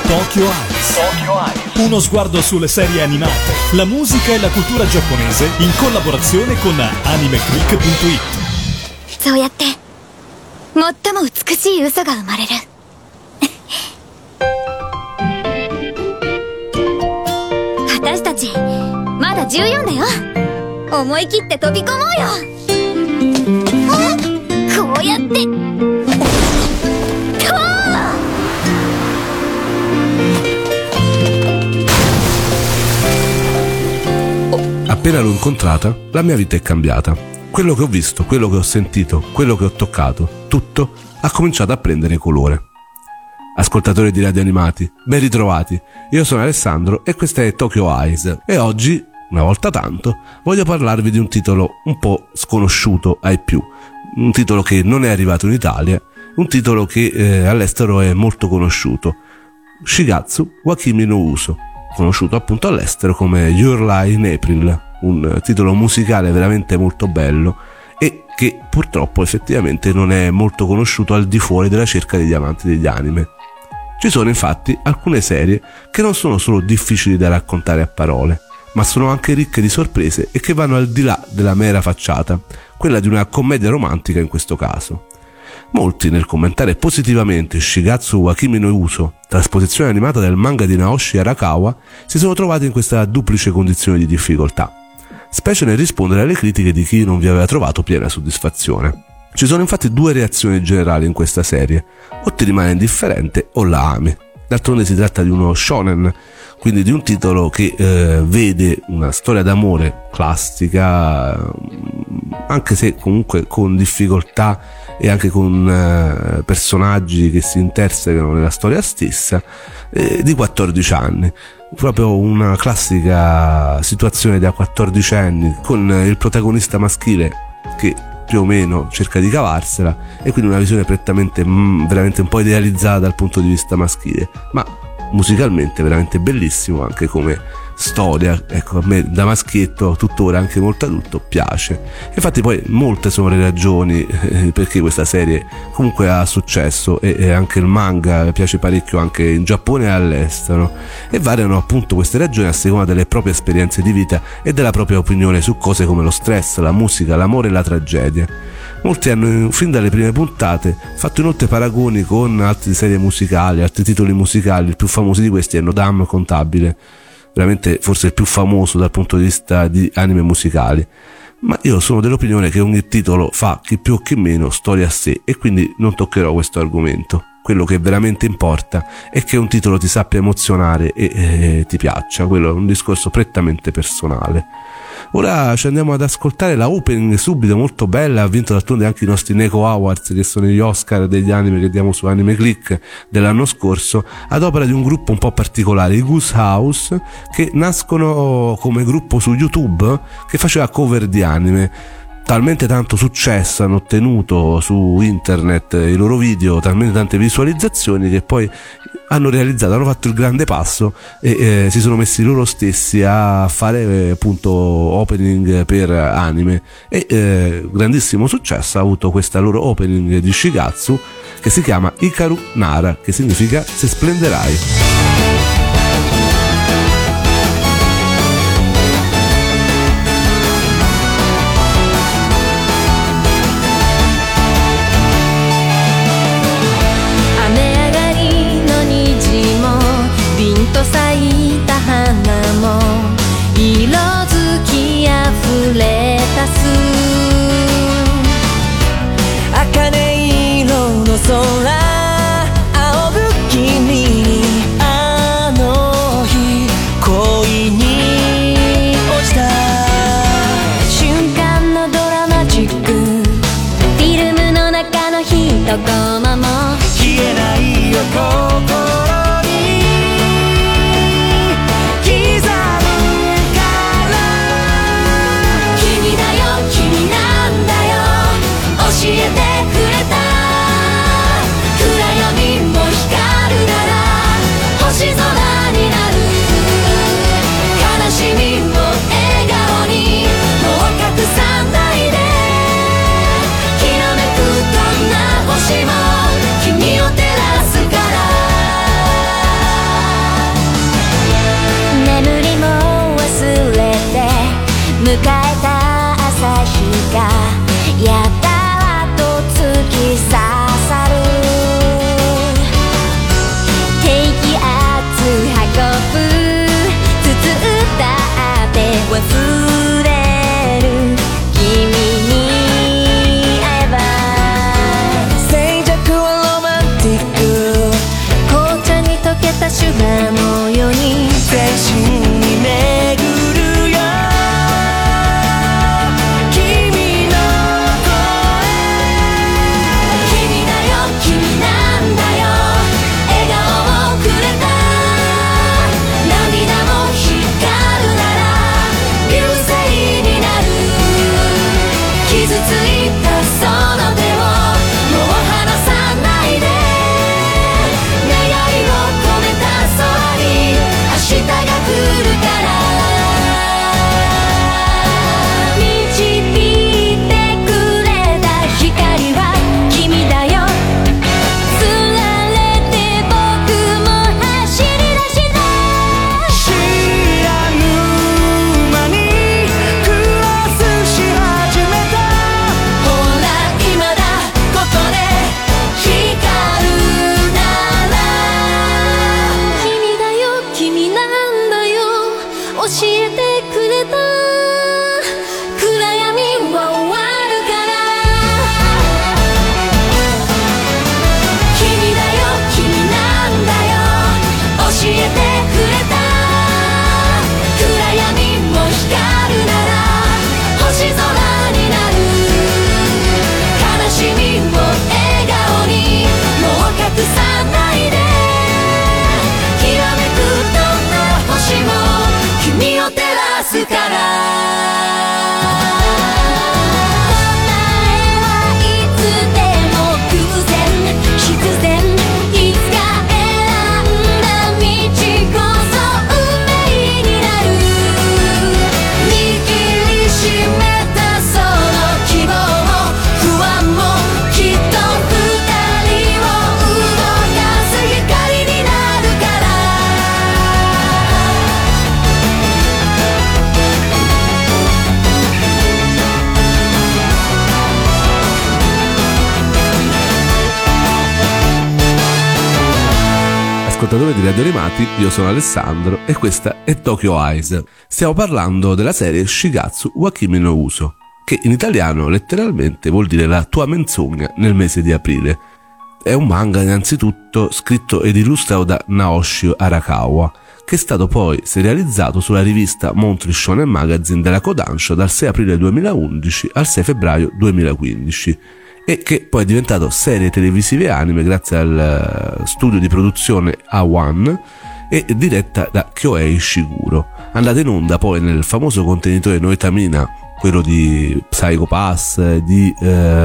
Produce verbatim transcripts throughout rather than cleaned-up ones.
Tokyo Eyes. Tokyo Eyes. Uno sguardo sulle serie animate, la musica e la cultura giapponese in collaborazione con anime click punto it. そうやって最も美しい嘘が生まれる。私たちまだじゅうよんだよ。思い切って飛び込もうよ。あ、こうやってとう。Appena l'ho incontrata, la mia vita è cambiata. Quello che ho visto, quello che ho sentito, quello che ho toccato, tutto ha cominciato a prendere colore. Ascoltatori di Radio Animati, ben ritrovati. Io sono Alessandro e questa è Tokyo Eyes e oggi, una volta tanto, voglio parlarvi di un titolo un po' sconosciuto ai più, un titolo che non è arrivato in Italia, un titolo che eh, all'estero è molto conosciuto, Shigatsu wa Kimi no Uso, conosciuto appunto all'estero come Your Lie in April, un titolo musicale veramente molto bello e che purtroppo effettivamente non è molto conosciuto al di fuori della cerca degli amanti degli anime. Ci sono infatti alcune serie che non sono solo difficili da raccontare a parole, ma sono anche ricche di sorprese e che vanno al di là della mera facciata, quella di una commedia romantica in questo caso. Molti nel commentare positivamente Shigatsu wa Kimi no Uso, trasposizione animata del manga di Naoshi Arakawa, si sono trovati in questa duplice condizione di difficoltà, specie nel rispondere alle critiche di chi non vi aveva trovato piena soddisfazione. Ci sono infatti due reazioni generali in questa serie: o ti rimane indifferente o la ami. D'altronde si tratta di uno shonen, quindi di un titolo che eh, vede una storia d'amore classica, anche se comunque con difficoltà e anche con eh, personaggi che si intersecano nella storia stessa, eh, di quattordici anni. Proprio una classica situazione da quattordicenni con il protagonista maschile che più o meno cerca di cavarsela e quindi una visione prettamente mm, veramente un po' idealizzata dal punto di vista maschile, ma musicalmente veramente bellissimo anche come storia. Ecco, a me da maschietto tuttora anche molto adulto piace. Infatti poi molte sono le ragioni eh, perché questa serie comunque ha successo e, e anche il manga piace parecchio anche in Giappone e all'estero, e variano appunto queste ragioni a seconda delle proprie esperienze di vita e della propria opinione su cose come lo stress, la musica, l'amore e la tragedia. Molti hanno fin dalle prime puntate fatto inoltre paragoni con altre serie musicali, altri titoli musicali. Il più famoso di questi è Nodam Contabile, veramente forse il più famoso dal punto di vista di anime musicali, ma io sono dell'opinione che ogni titolo fa chi più o chi meno storia a sé e quindi non toccherò questo argomento. Quello che veramente importa è che un titolo ti sappia emozionare e eh, ti piaccia. Quello è un discorso prettamente personale. Ora ci andiamo ad ascoltare la opening subito, molto bella, ha vinto d'altronde anche i nostri Neko Awards, che sono gli Oscar degli anime che diamo su Anime Click dell'anno scorso, ad opera di un gruppo un po' particolare, i Goose House, che nascono come gruppo su YouTube che faceva cover di anime. Talmente tanto successo hanno ottenuto su internet i loro video, talmente tante visualizzazioni, che poi hanno realizzato, hanno fatto il grande passo e eh, si sono messi loro stessi a fare eh, appunto opening per anime e eh, grandissimo successo ha avuto questa loro opening di Shigatsu che si chiama Hikaru Nara, che significa se splenderai. 空仰ぐ君にあ ascoltatori di Radio Animati, io sono Alessandro e questa è Tokyo Eyes. Stiamo parlando della serie Shigatsu wa Kimi no Uso, che in italiano letteralmente vuol dire la tua menzogna nel mese di aprile. È un manga innanzitutto scritto ed illustrato da Naoshi Arakawa, che è stato poi serializzato sulla rivista Monthly Shonen Magazine della Kodansha dal sei aprile duemilaundici al sei febbraio duemilaquindici e che poi è diventato serie televisive anime grazie al studio di produzione A uno e diretta da Kyoei Shiguro. Andata in onda poi nel famoso contenitore Noitamina, quello di Psycho Pass, di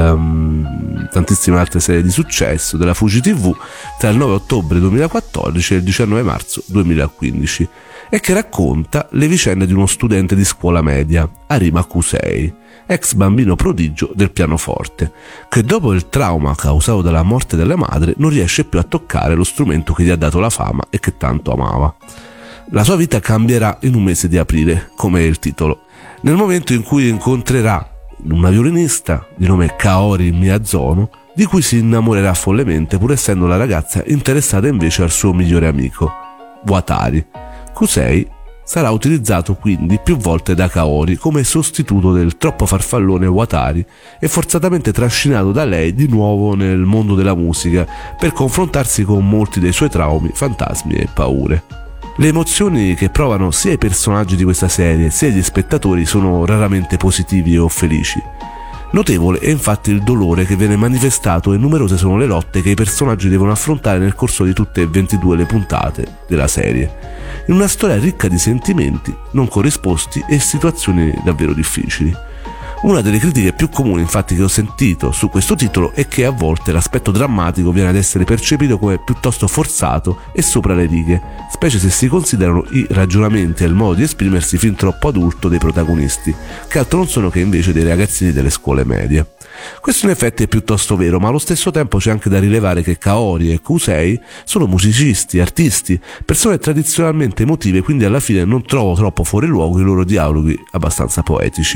ehm, tantissime altre serie di successo della Fuji tivù tra il nove ottobre duemilaquattordici e il diciannove marzo duemilaquindici, e che racconta le vicende di uno studente di scuola media, Arima Kusei, ex bambino prodigio del pianoforte, che dopo il trauma causato dalla morte della madre non riesce più a toccare lo strumento che gli ha dato la fama e che tanto amava. La sua vita cambierà in un mese di aprile, come è il titolo, nel momento in cui incontrerà una violinista di nome Kaori Miyazono, di cui si innamorerà follemente, pur essendo la ragazza interessata invece al suo migliore amico, Watari. Kusei sarà utilizzato quindi più volte da Kaori come sostituto del troppo farfallone Watari e forzatamente trascinato da lei di nuovo nel mondo della musica per confrontarsi con molti dei suoi traumi, fantasmi e paure. Le emozioni che provano sia i personaggi di questa serie sia gli spettatori sono raramente positivi o felici. Notevole è infatti il dolore che viene manifestato e numerose sono le lotte che i personaggi devono affrontare nel corso di tutte e ventidue le puntate della serie, in una storia ricca di sentimenti non corrisposti e situazioni davvero difficili. Una delle critiche più comuni infatti che ho sentito su questo titolo è che a volte l'aspetto drammatico viene ad essere percepito come piuttosto forzato e sopra le righe, specie se si considerano i ragionamenti e il modo di esprimersi fin troppo adulto dei protagonisti, che altro non sono che invece dei ragazzini delle scuole medie. Questo in effetti è piuttosto vero, ma allo stesso tempo c'è anche da rilevare che Kaori e Kusei sono musicisti, artisti, persone tradizionalmente emotive, quindi alla fine non trovo troppo fuori luogo i loro dialoghi abbastanza poetici.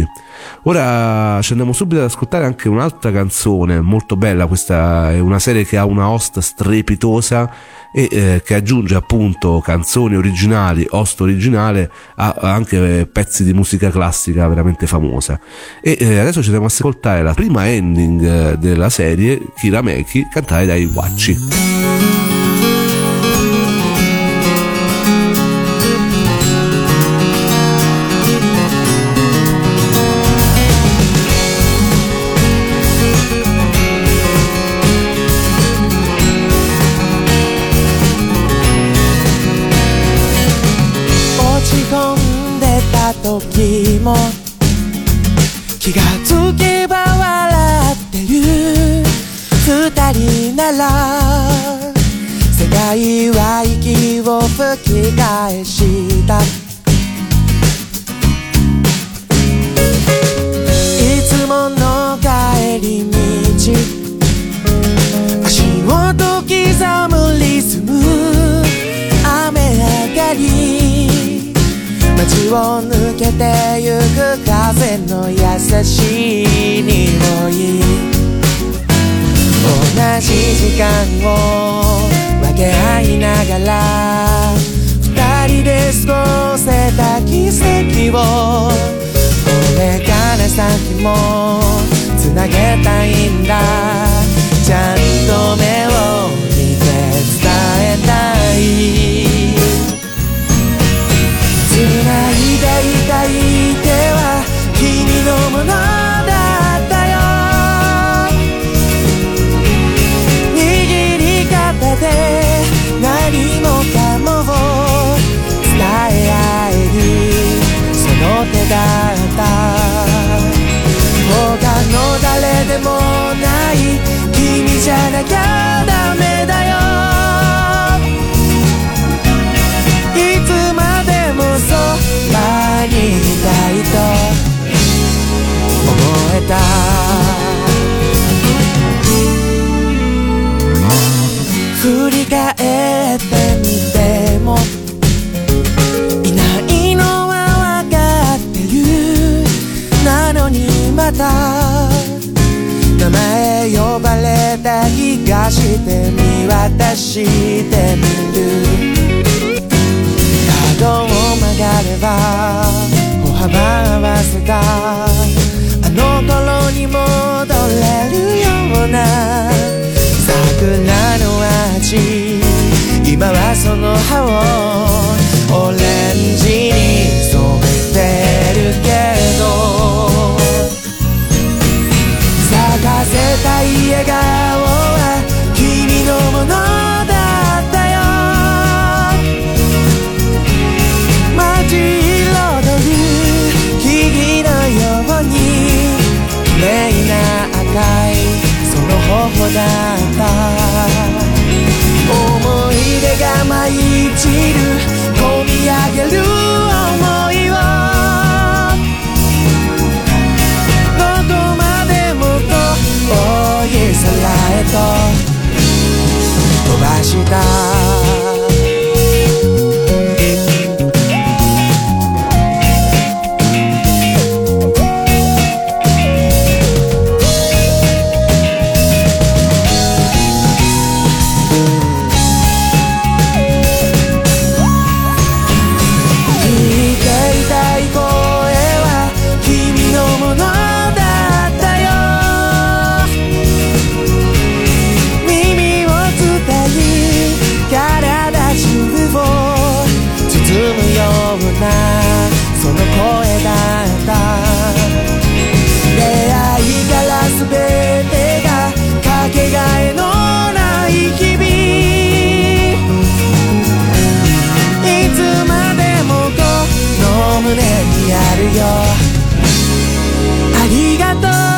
Ora ci andiamo subito ad ascoltare anche un'altra canzone molto bella. Questa è una serie che ha una host strepitosa e eh, che aggiunge appunto canzoni originali, host originale a, a anche pezzi di musica classica veramente famosa. E eh, adesso ci andiamo a ascoltare la prima ending eh, della serie, Kirameki, cantata dai Wachi. 時も気がつけば笑ってる二人なら世界は息を吹き返したいつもの帰り道足元刻むリズム雨上がり街を抜けてゆく風の優しい匂い同じ時間を分け合いながら二人で過ごせた奇跡をこれから先もつなげたいんだちゃんと目を見て伝えたい繋いでいたい手は君のものだったよ握り方で何もかもを伝え合えるその手だった他の誰でもない君じゃなきゃダメだよいつまでもそばにいたいと思えた振り返ってみてもいないのは分かってるなのにまた名前呼ばれた気がして見渡し今はその葉をオレンジに染めてるけれど咲かせたい笑顔は君のものだったよ街彩る木々のように綺麗な赤いその頬だった思い出が舞い散る込み上げる想いをどこまでもと大い空へと飛ばしたその声だった出会いから全てがかけがえのない日々いつまでもこの胸にあるよありがとう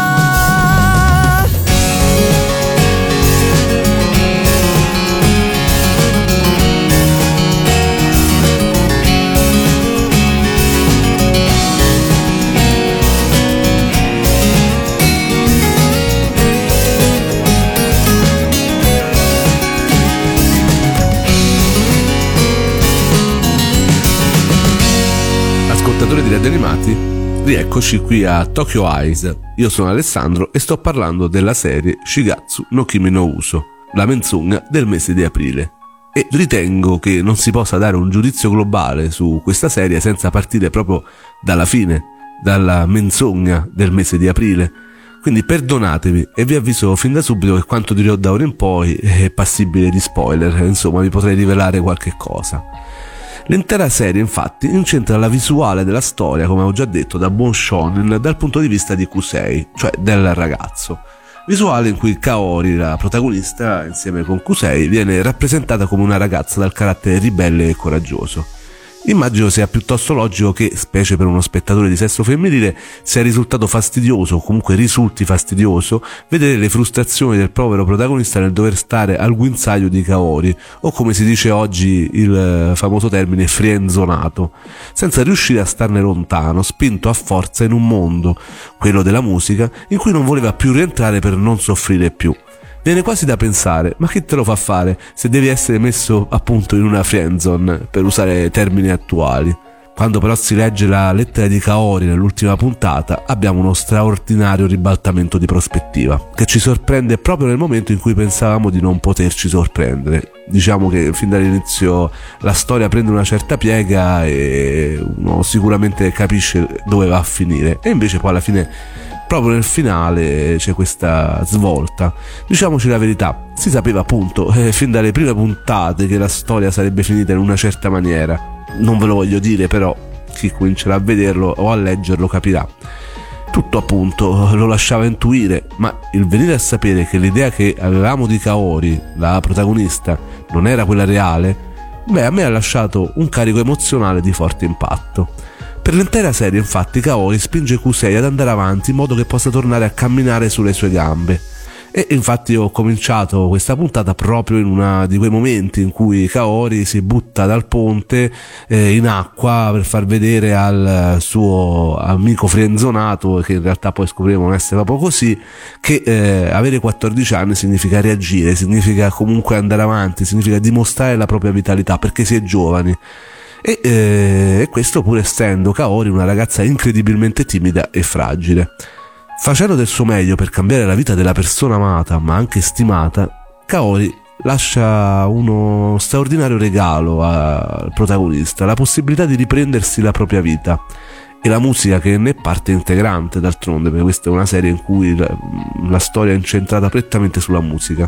Ascoltatori di Radio Animati, rieccoci qui a Tokyo Eyes. Io sono Alessandro e sto parlando della serie Shigatsu no Kimi no Uso, la menzogna del mese di aprile. E ritengo che non si possa dare un giudizio globale su questa serie senza partire proprio dalla fine, dalla menzogna del mese di aprile. Quindi perdonatevi e vi avviso fin da subito che quanto dirò da ora in poi è passibile di spoiler, insomma vi potrei rivelare qualche cosa. L'intera serie infatti incentra la visuale della storia, come ho già detto, da buon shonen dal punto di vista di Kusei, cioè del ragazzo. Visuale in cui Kaori, la protagonista, insieme con Kusei, viene rappresentata come una ragazza dal carattere ribelle e coraggioso. Immagino sia piuttosto logico che, specie per uno spettatore di sesso femminile, sia risultato fastidioso, o comunque risulti fastidioso, vedere le frustrazioni del povero protagonista nel dover stare al guinzaglio di Kaori, o come si dice oggi il famoso termine frienzonato, senza riuscire a starne lontano, spinto a forza in un mondo, quello della musica, in cui non voleva più rientrare per non soffrire più. Viene quasi da pensare, ma chi te lo fa fare se devi essere messo appunto in una friendzone, per usare termini attuali? Quando però si legge la lettera di Kaori nell'ultima puntata, abbiamo uno straordinario ribaltamento di prospettiva, che ci sorprende proprio nel momento in cui pensavamo di non poterci sorprendere. Diciamo che fin dall'inizio la storia prende una certa piega e uno sicuramente capisce dove va a finire, e invece poi alla fine, proprio nel finale, c'è questa svolta. Diciamoci la verità, si sapeva appunto eh, fin dalle prime puntate che la storia sarebbe finita in una certa maniera. Non ve lo voglio dire, però chi comincerà a vederlo o a leggerlo capirà. Tutto appunto lo lasciava intuire, ma il venire a sapere che l'idea che avevamo di Kaori, la protagonista, non era quella reale, beh, a me ha lasciato un carico emozionale di forte impatto. Per l'intera serie, infatti, Kaori spinge Kusei ad andare avanti in modo che possa tornare a camminare sulle sue gambe. E infatti ho cominciato questa puntata proprio in uno di quei momenti in cui Kaori si butta dal ponte eh, in acqua per far vedere al suo amico frienzonato, che in realtà poi scopriremo non essere proprio così, che eh, avere quattordici anni significa reagire, significa comunque andare avanti, significa dimostrare la propria vitalità, perché si è giovani. E, eh, e questo pur essendo Kaori una ragazza incredibilmente timida e fragile. Facendo del suo meglio per cambiare la vita della persona amata ma anche stimata, Kaori lascia uno straordinario regalo al protagonista, la possibilità di riprendersi la propria vita, e la musica, che ne è parte integrante d'altronde, perché questa è una serie in cui la, la storia è incentrata prettamente sulla musica.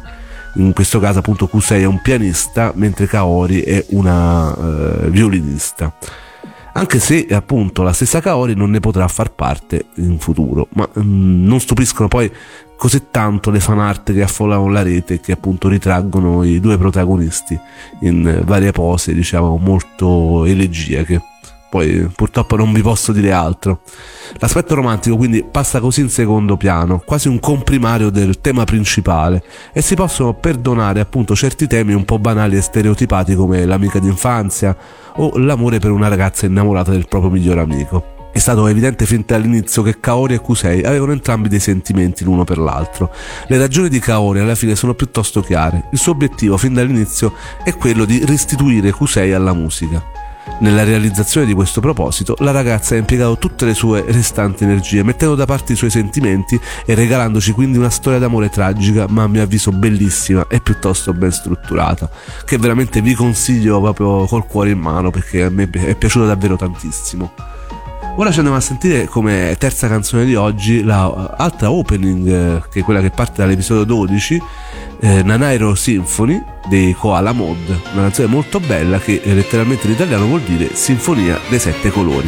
In questo caso appunto Kusei è un pianista mentre Kaori è una eh, violinista, anche se appunto la stessa Kaori non ne potrà far parte in futuro. Ma mh, non stupiscono poi così tanto le fan art che affollano la rete, che appunto ritraggono i due protagonisti in varie pose, diciamo, molto elegiache. Poi purtroppo non vi posso dire altro. L'aspetto romantico quindi passa così in secondo piano, quasi un comprimario del tema principale, e si possono perdonare appunto certi temi un po' banali e stereotipati come l'amica d'infanzia o l'amore per una ragazza innamorata del proprio migliore amico. È stato evidente fin dall'inizio che Kaori e Kusei avevano entrambi dei sentimenti l'uno per l'altro. Le ragioni di Kaori alla fine sono piuttosto chiare. Il suo obiettivo fin dall'inizio è quello di restituire Kusei alla musica. Nella realizzazione di questo proposito, la ragazza ha impiegato tutte le sue restanti energie, mettendo da parte i suoi sentimenti e regalandoci quindi una storia d'amore tragica, ma a mio avviso bellissima e piuttosto ben strutturata, che veramente vi consiglio proprio col cuore in mano, perché a me è piaciuta davvero tantissimo. Ora ci andiamo a sentire come terza canzone di oggi la altra opening, che è quella che parte dall'episodio dodici, eh, Nanairo Symphony dei Koala Mod, una canzone molto bella che eh, letteralmente in italiano vuol dire Sinfonia dei Sette Colori.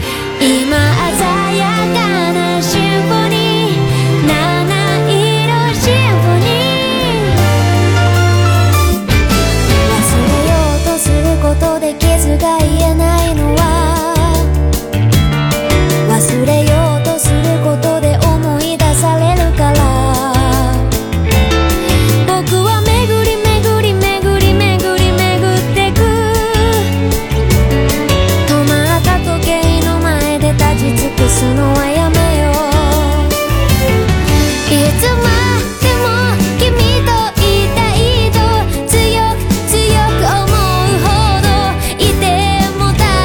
「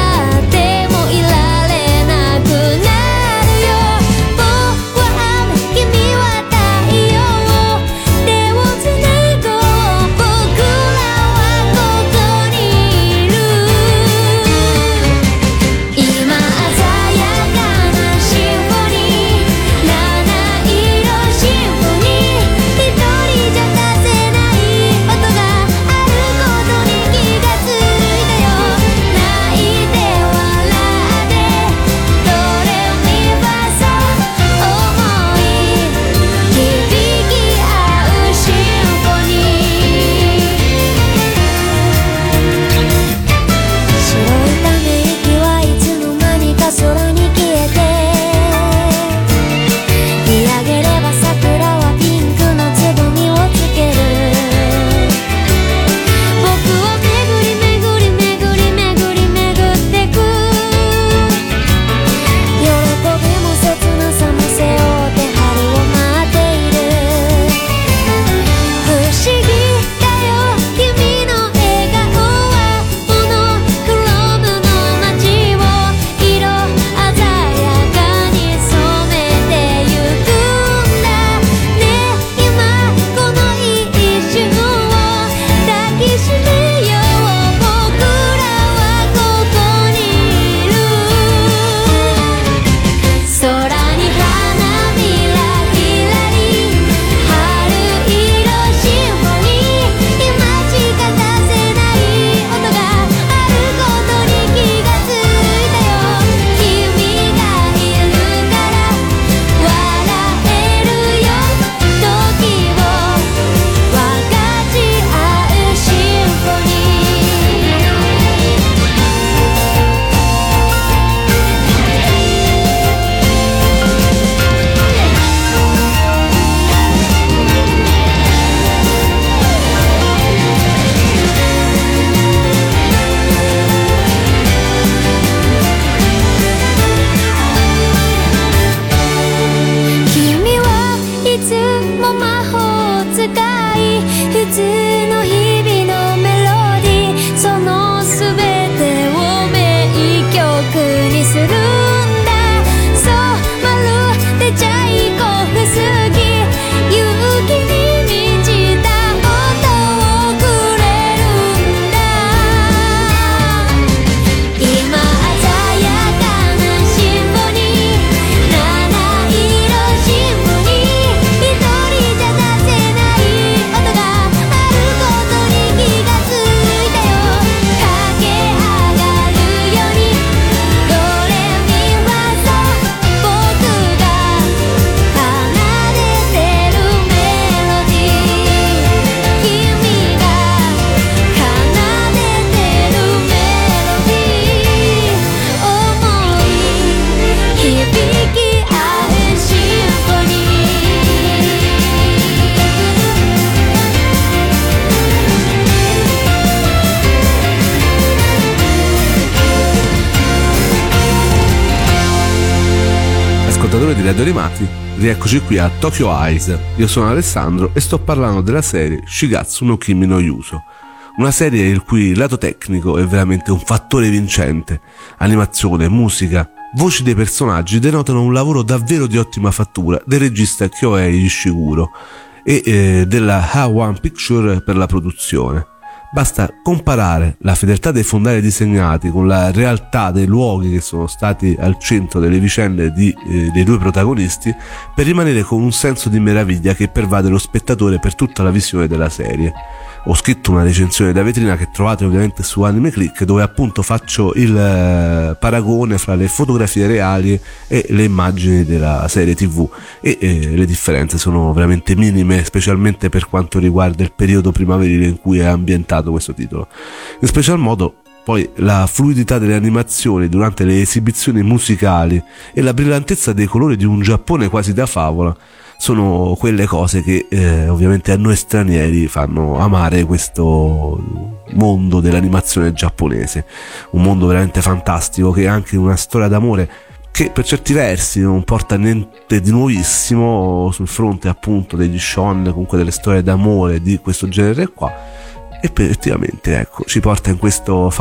ascoltatori di Radio Animati, rieccoci qui a Tokyo Eyes. Io sono Alessandro e sto parlando della serie Shigatsu no Kimi no Yuso, una serie il cui lato tecnico è veramente un fattore vincente. Animazione, musica, voci dei personaggi denotano un lavoro davvero di ottima fattura del regista Kyohei Ishiguro e eh, della A uno Picture per la produzione. Basta comparare la fedeltà dei fondali disegnati con la realtà dei luoghi che sono stati al centro delle vicende di, eh, dei due protagonisti per rimanere con un senso di meraviglia che pervade lo spettatore per tutta la visione della serie. Ho scritto una recensione da vetrina che trovate ovviamente su Anime Click, dove appunto faccio il eh, paragone fra le fotografie reali e le immagini della serie tivù e eh, le differenze sono veramente minime, specialmente per quanto riguarda il periodo primaverile in cui è ambientato questo titolo. In special modo poi la fluidità delle animazioni durante le esibizioni musicali e la brillantezza dei colori di un Giappone quasi da favola sono quelle cose che eh, ovviamente a noi stranieri fanno amare questo mondo dell'animazione giapponese, un mondo veramente fantastico che è anche una storia d'amore che per certi versi non porta niente di nuovissimo sul fronte appunto degli shonen, comunque delle storie d'amore di questo genere qua. E effettivamente ecco ci porta in questo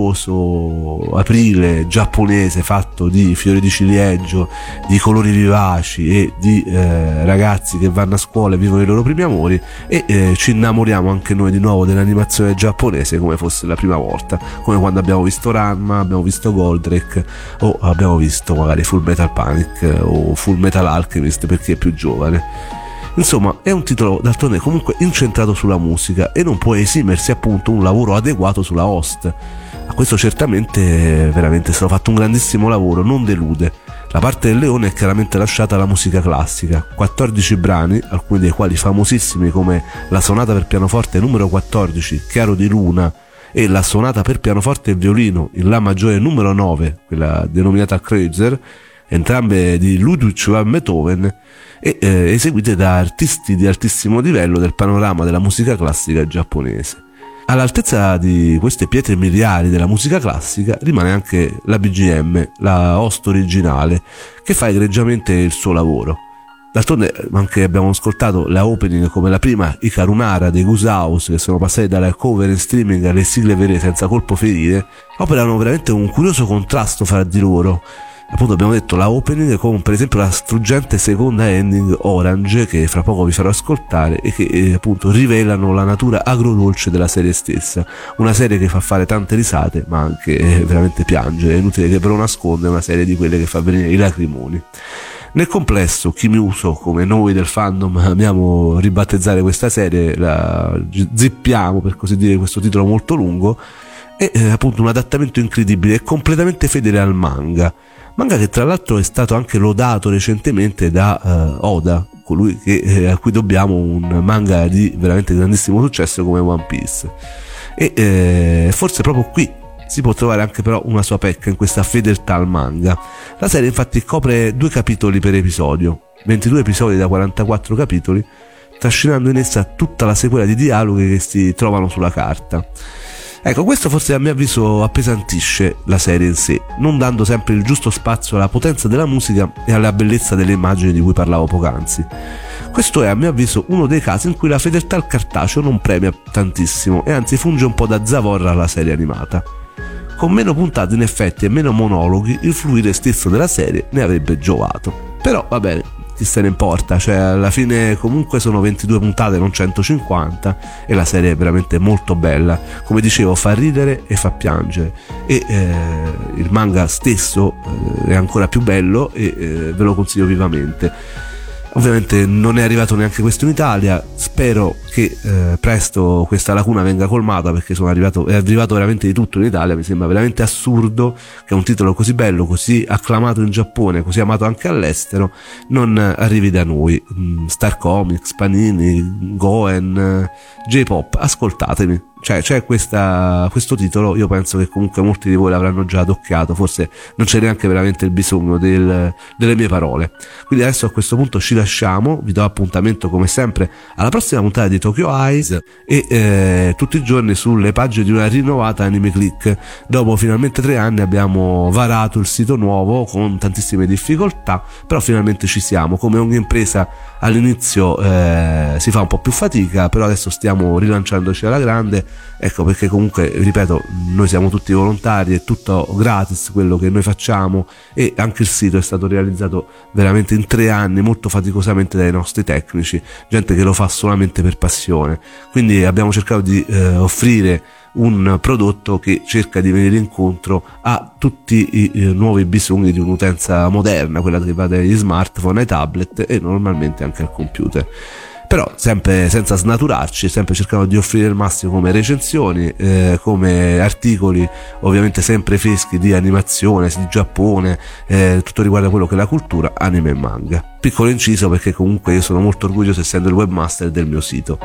favoloso aprile giapponese fatto di fiori di ciliegio, di colori vivaci e di eh, ragazzi che vanno a scuola e vivono i loro primi amori e eh, ci innamoriamo anche noi di nuovo dell'animazione giapponese come fosse la prima volta, come quando abbiamo visto Ranma, abbiamo visto Goldrake o abbiamo visto magari Full Metal Panic o Full Metal Alchemist per chi è più giovane. Insomma, è un titolo d'altronde comunque incentrato sulla musica e non può esimersi appunto un lavoro adeguato sulla host. A questo certamente veramente è stato fatto un grandissimo lavoro, non delude. La parte del leone è chiaramente lasciata alla musica classica, quattordici brani, alcuni dei quali famosissimi come la sonata per pianoforte numero quattordici, Chiaro di Luna, e la sonata per pianoforte e violino in La maggiore numero nove, quella denominata Kreutzer, entrambe di Ludwig van Beethoven, e eh, eseguite da artisti di altissimo livello del panorama della musica classica giapponese. All'altezza di queste pietre miliari della musica classica rimane anche la B G M, la host originale, che fa egregiamente il suo lavoro. D'altronde anche abbiamo ascoltato la opening come la prima Ikarunara dei Goose House, che sono passati dalla cover in streaming alle sigle vere senza colpo ferire, operano veramente un curioso contrasto fra di loro. Appunto abbiamo detto la opening con per esempio la struggente seconda ending Orange, che fra poco vi farò ascoltare e che eh, appunto rivelano la natura agrodolce della serie stessa, una serie che fa fare tante risate ma anche eh, veramente piangere. È inutile che ve lo nasconda, è una serie di quelle che fa venire i lacrimoni. Nel complesso Kimi Uso, come noi del fandom amiamo ribattezzare questa serie, la zippiamo per così dire questo titolo molto lungo, è eh, appunto un adattamento incredibile e completamente fedele al manga. Manga che tra l'altro è stato anche lodato recentemente da uh, Oda, colui che, eh, a cui dobbiamo un manga di veramente grandissimo successo come One Piece. E eh, forse proprio qui si può trovare anche però una sua pecca in questa fedeltà al manga. La serie infatti copre due capitoli per episodio, ventidue episodi da quarantaquattro capitoli, trascinando in essa tutta la sequela di dialoghi che si trovano sulla carta. Ecco, questo forse a mio avviso appesantisce la serie in sé, non dando sempre il giusto spazio alla potenza della musica e alla bellezza delle immagini di cui parlavo poc'anzi. Questo è a mio avviso uno dei casi in cui la fedeltà al cartaceo non premia tantissimo e anzi funge un po' da zavorra alla serie animata. Con meno puntate in effetti e meno monologhi, il fluire stesso della serie ne avrebbe giovato. Però va bene, chi se ne importa, cioè alla fine comunque sono ventidue puntate, non centocinquanta, e la serie è veramente molto bella. Come dicevo, fa ridere e fa piangere, e eh, il manga stesso eh, è ancora più bello e eh, ve lo consiglio vivamente. Ovviamente non è arrivato neanche questo in Italia, spero che eh, presto questa lacuna venga colmata, perché sono arrivato, è arrivato veramente di tutto in Italia. Mi sembra veramente assurdo che un titolo così bello, così acclamato in Giappone, così amato anche all'estero, non arrivi da noi. Star Comics, Panini, Goen, J-Pop, ascoltatemi, cioè c'è questa, questo titolo, io penso che comunque molti di voi l'avranno già adocchiato, forse non c'è neanche veramente il bisogno del, delle mie parole. Quindi adesso a questo punto ci lasciamo, vi do appuntamento come sempre alla prossima puntata di Tokyo Eyes e eh, tutti i giorni sulle pagine di una rinnovata Anime Click. Dopo finalmente tre anni abbiamo varato il sito nuovo con tantissime difficoltà, però finalmente ci siamo. Come ogni impresa all'inizio eh, si fa un po' più fatica, però adesso stiamo rilanciandoci alla grande, ecco perché comunque ripeto, noi siamo tutti volontari, è tutto gratis quello che noi facciamo e anche il sito è stato realizzato veramente in tre anni molto faticosamente dai nostri tecnici, gente che lo fa solamente per passione, quindi abbiamo cercato di eh, offrire un prodotto che cerca di venire incontro a tutti i eh, nuovi bisogni di un'utenza moderna, quella che va dagli smartphone ai tablet e normalmente anche al computer. Però sempre senza snaturarci, sempre cercando di offrire il massimo come recensioni, eh, come articoli ovviamente sempre freschi di animazione, di Giappone, eh, tutto riguardo a quello che è la cultura anime e manga. Piccolo inciso perché comunque io sono molto orgoglioso essendo il webmaster del mio sito.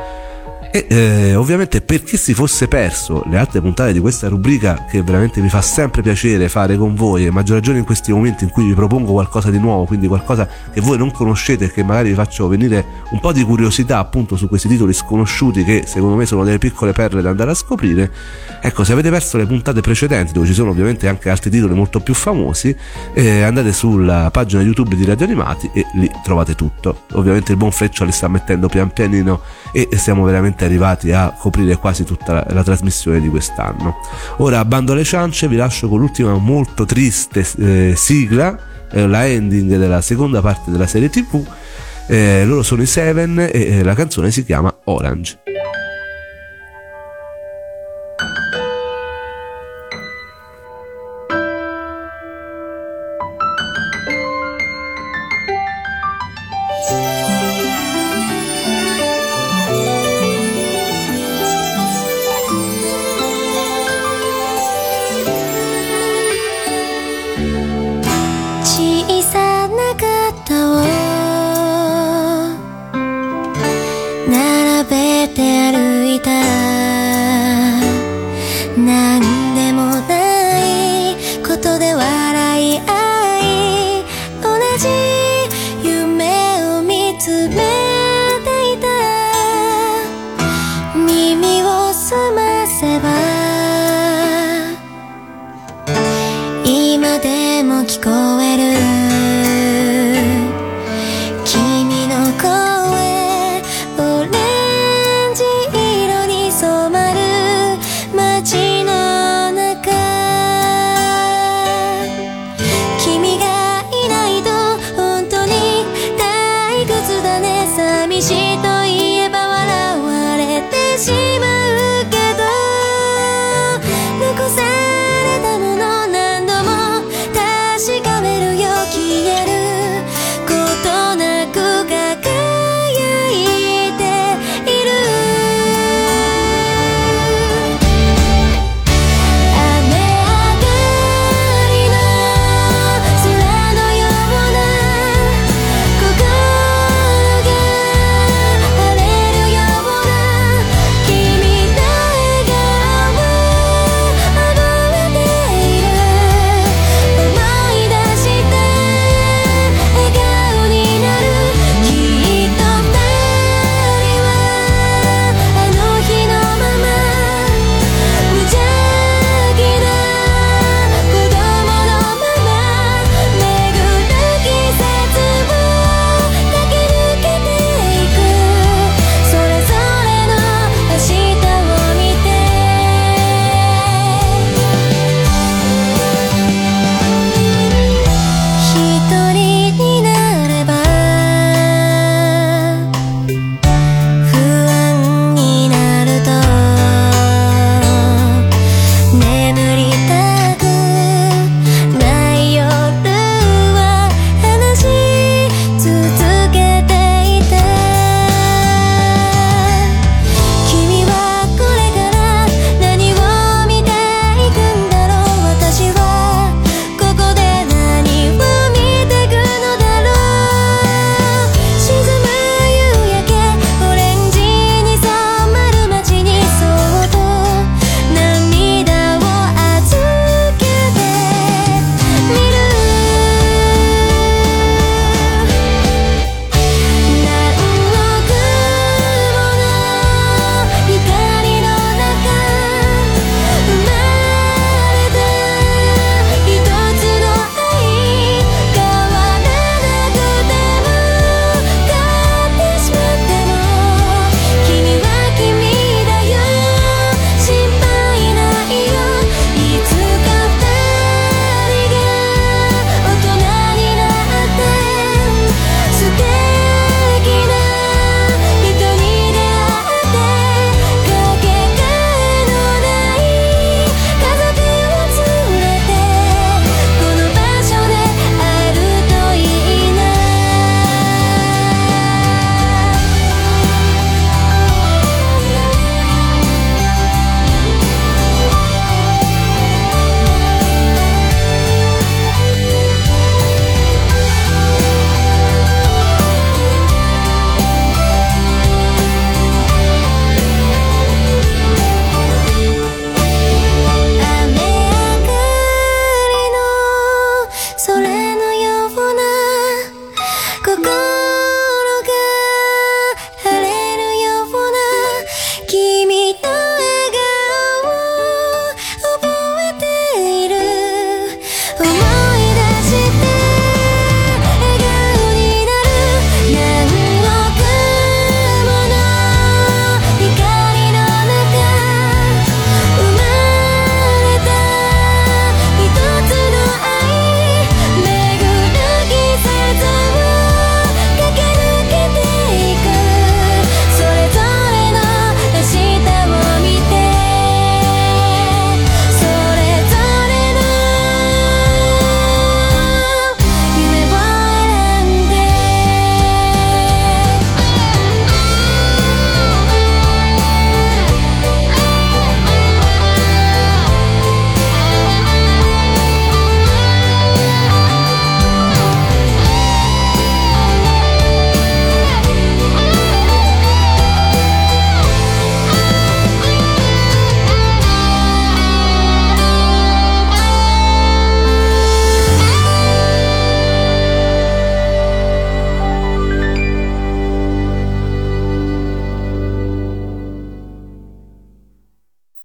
E eh, ovviamente per chi si fosse perso le altre puntate di questa rubrica, che veramente mi fa sempre piacere fare con voi, e maggior ragione in questi momenti in cui vi propongo qualcosa di nuovo, quindi qualcosa che voi non conoscete e che magari vi faccio venire un po' di curiosità appunto su questi titoli sconosciuti che secondo me sono delle piccole perle da andare a scoprire. Ecco, se avete perso le puntate precedenti dove ci sono ovviamente anche altri titoli molto più famosi, eh, andate sulla pagina YouTube di Radio Animati e lì trovate tutto. Ovviamente il buon Freccia li sta mettendo pian pianino e siamo veramente arrivati a coprire quasi tutta la, la trasmissione di quest'anno. Ora bando alle ciance, vi lascio con l'ultima molto triste eh, sigla, eh, la ending della seconda parte della serie tv. Eh, loro sono i Seven e eh, la canzone si chiama Orange. 聞こえる